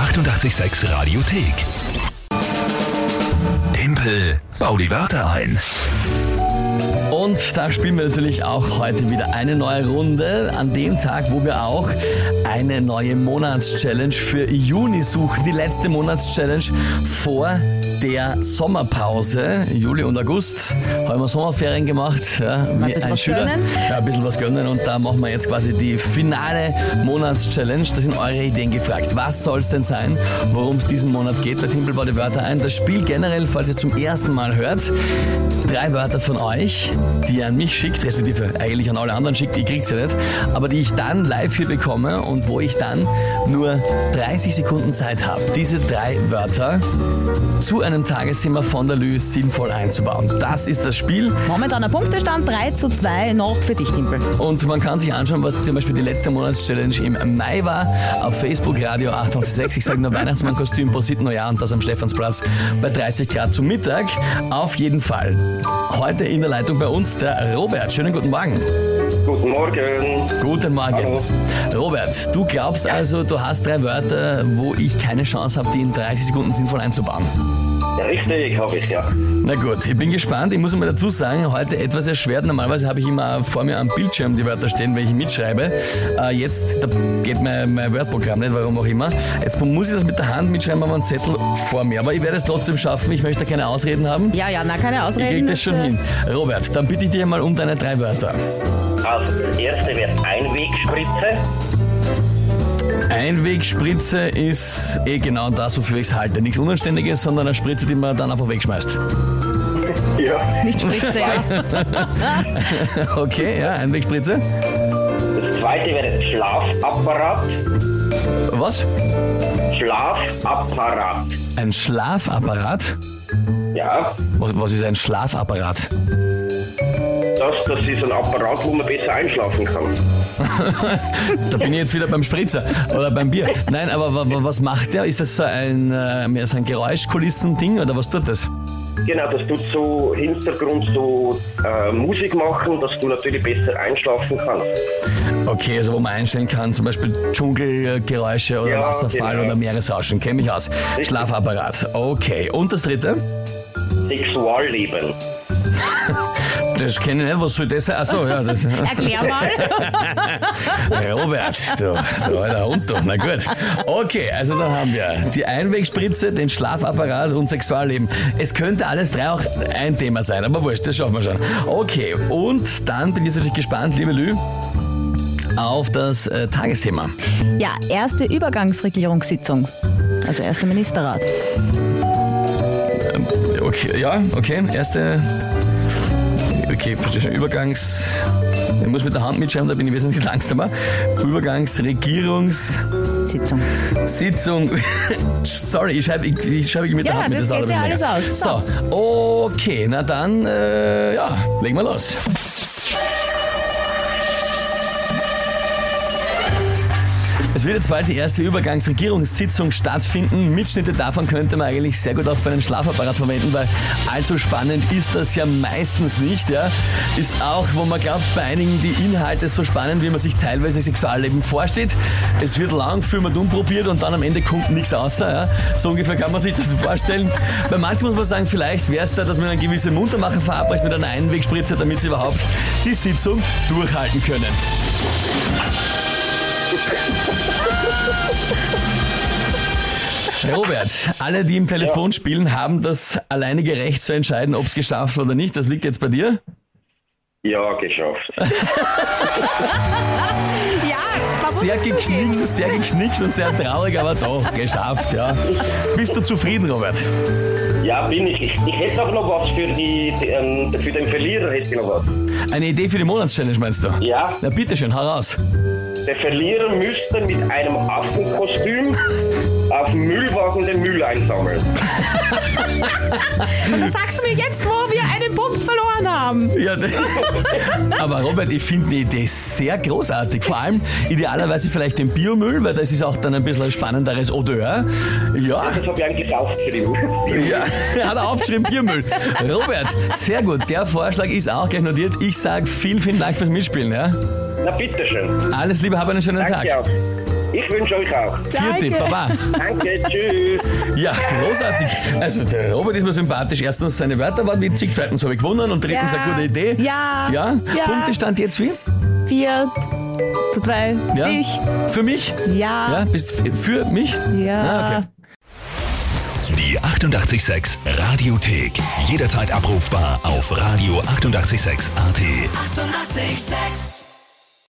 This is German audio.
886 Radiothek. Tempel, bau die Wörter ein. Und da spielen wir natürlich auch heute wieder eine neue Runde, an dem Tag, wo wir auch eine neue Monatschallenge für Juni suchen. Die letzte Monatschallenge vor der Sommerpause. Juli und August haben wir Sommerferien gemacht. Ja, ein bisschen was gönnen. Ja, ein bisschen was gönnen. Und da machen wir jetzt quasi die finale Monatschallenge. Da sind eure Ideen gefragt. Was soll es denn sein, worum es diesen Monat geht? Bei Tempel, bau die Wörter ein. Das Spiel generell, falls ihr zum ersten Mal hört, 3 Wörter von euch, die ihr an mich schickt, respektive eigentlich an alle anderen schickt, ihr kriegt sie nicht, aber die ich dann live hier bekomme und wo ich dann nur 30 Sekunden Zeit habe, diese 3 Wörter zu einem Tagesthema von der Lü sinnvoll einzubauen. Das ist das Spiel. Momentan ein Punktestand 3:2 noch für dich, Timpel. Und man kann sich anschauen, was zum Beispiel die letzte Monatschallenge im Mai war, auf Facebook Radio 886. Ich sage nur Weihnachtsmann-Kostüm, Prosit Neujahr und das am Stephansplatz bei 30 Grad zum Mittag. Auf jeden Fall. Heute in der Leitung bei uns der Robert. Schönen guten Morgen. Guten Morgen. Guten Morgen. Hallo. Robert, du glaubst also, du hast 3 Wörter, wo ich keine Chance habe, die in 30 Sekunden sinnvoll einzubauen. Ja, richtig, habe ich, ja. Na gut, ich bin gespannt. Ich muss mal dazu sagen, heute etwas erschwert. Normalerweise habe ich immer vor mir am Bildschirm die Wörter stehen, wenn ich mitschreibe. Jetzt da geht mein Wordprogramm nicht, warum auch immer. Jetzt muss ich das mit der Hand mitschreiben, aber einen Zettel vor mir. Aber ich werde es trotzdem schaffen. Ich möchte keine Ausreden haben. Ja, keine Ausreden. Ich kriege das schon hin. Robert, dann bitte ich dich einmal um deine 3 Wörter. Also, das erste wäre Einwegspritze. Einwegspritze ist genau das, wofür ich es halte. Nichts Unanständiges, sondern eine Spritze, die man dann einfach wegschmeißt. Ja. Nicht Spritze, ja. Okay, ja, Einwegspritze. Das zweite wäre Schlafapparat. Was? Schlafapparat. Ein Schlafapparat? Ja, Was ist ein Schlafapparat? das ist ein Apparat, wo man besser einschlafen kann. Da bin ich jetzt wieder beim Spritzer oder beim Bier. Nein, aber was macht der? Ist das so mehr so ein Geräuschkulissen-Ding oder was tut das? Genau, das tut so im Hintergrund so Musik machen, dass du natürlich besser einschlafen kannst. Okay, also wo man einstellen kann, zum Beispiel Dschungelgeräusche oder Ja, Wasserfall genau. oder Meeresrauschen. Kenn mich aus. Richtig. Schlafapparat. Okay. Und das dritte? Sexualleben. Das kenne ich nicht. Was soll das sein? Achso, ja. Das. Erklär mal. Robert, du alter Hund doch. Na gut. Okay, also dann haben wir die Einwegspritze, den Schlafapparat und Sexualleben. Es könnte alles 3 auch ein Thema sein, aber wurscht, das schaffen wir schon. Okay, und dann bin ich jetzt natürlich gespannt, liebe Lü, auf das Tagesthema. Ja, erste Übergangsregierungssitzung. Also erster Ministerrat. Okay, ja, okay, erste... Okay, verstehe schon. Ich muss mit der Hand mitschreiben, da bin ich wesentlich langsamer. Sitzung. Sitzung. Sorry, ich schreibe mit der Hand mit. Das geht ja alles aus. So, okay, na dann, legen wir los. Es wird jetzt bald die erste Übergangsregierungssitzung stattfinden. Mitschnitte davon könnte man eigentlich sehr gut auch für einen Schlafapparat verwenden, weil allzu spannend ist das ja meistens nicht. Ja. Ist auch, wo man glaubt, bei einigen die Inhalte so spannend, wie man sich teilweise Sexualleben vorstellt. Es wird lang für man dumm probiert und dann am Ende kommt nichts außer. Ja. So ungefähr kann man sich das vorstellen. Bei manchen muss man sagen, vielleicht wäre es da, dass man eine gewisse Muntermacher verabreicht mit einer Einwegspritze, damit sie überhaupt die Sitzung durchhalten können. Robert, alle, die im Telefon spielen, haben das alleinige Recht zu entscheiden, ob es geschafft oder nicht. Das liegt jetzt bei dir? Ja, geschafft. Sehr geknickt und sehr traurig, aber doch, geschafft, ja. Bist du zufrieden, Robert? Ja, bin ich. Ich hätte auch noch was für den Verlierer, hätte ich noch was. Eine Idee für die Monatschallenge, meinst du? Ja, Na bitteschön, hau raus. der Verlierer müsste mit einem Affenkostüm auf dem Müllwagen den Müll einsammeln. Und das sagst du mir jetzt, wo wir einen Punkt verloren haben. Ja, aber Robert, ich finde die Idee sehr großartig. Vor allem idealerweise vielleicht den Biomüll, weil das ist auch dann ein bisschen ein spannenderes Odeur. Ja. Das habe ich eigentlich aufgeschrieben. Ja, er hat aufgeschrieben Biomüll. Robert, sehr gut. Der Vorschlag ist auch gleich notiert. Ich sage vielen Dank fürs Mitspielen. Ja? Na, bitteschön. Alles Liebe, hab einen schönen Danke Tag. auch. Ich wünsche euch auch. Vierte, Baba. Danke, tschüss. Ja, großartig. Also der Robert ist mir sympathisch. Erstens, seine Wörter waren witzig, zweitens habe ich gewonnen und drittens Ja. eine gute Idee. Ja. Ja? Ja. Punktestand jetzt wie? 4:2. Ja? Ich. Für mich? Ja. Ja, bist für mich? Ja. Ah, okay. Die 88,6 Radiothek. Jederzeit abrufbar auf radio886.at. 88,6. Eighty-eight, sex.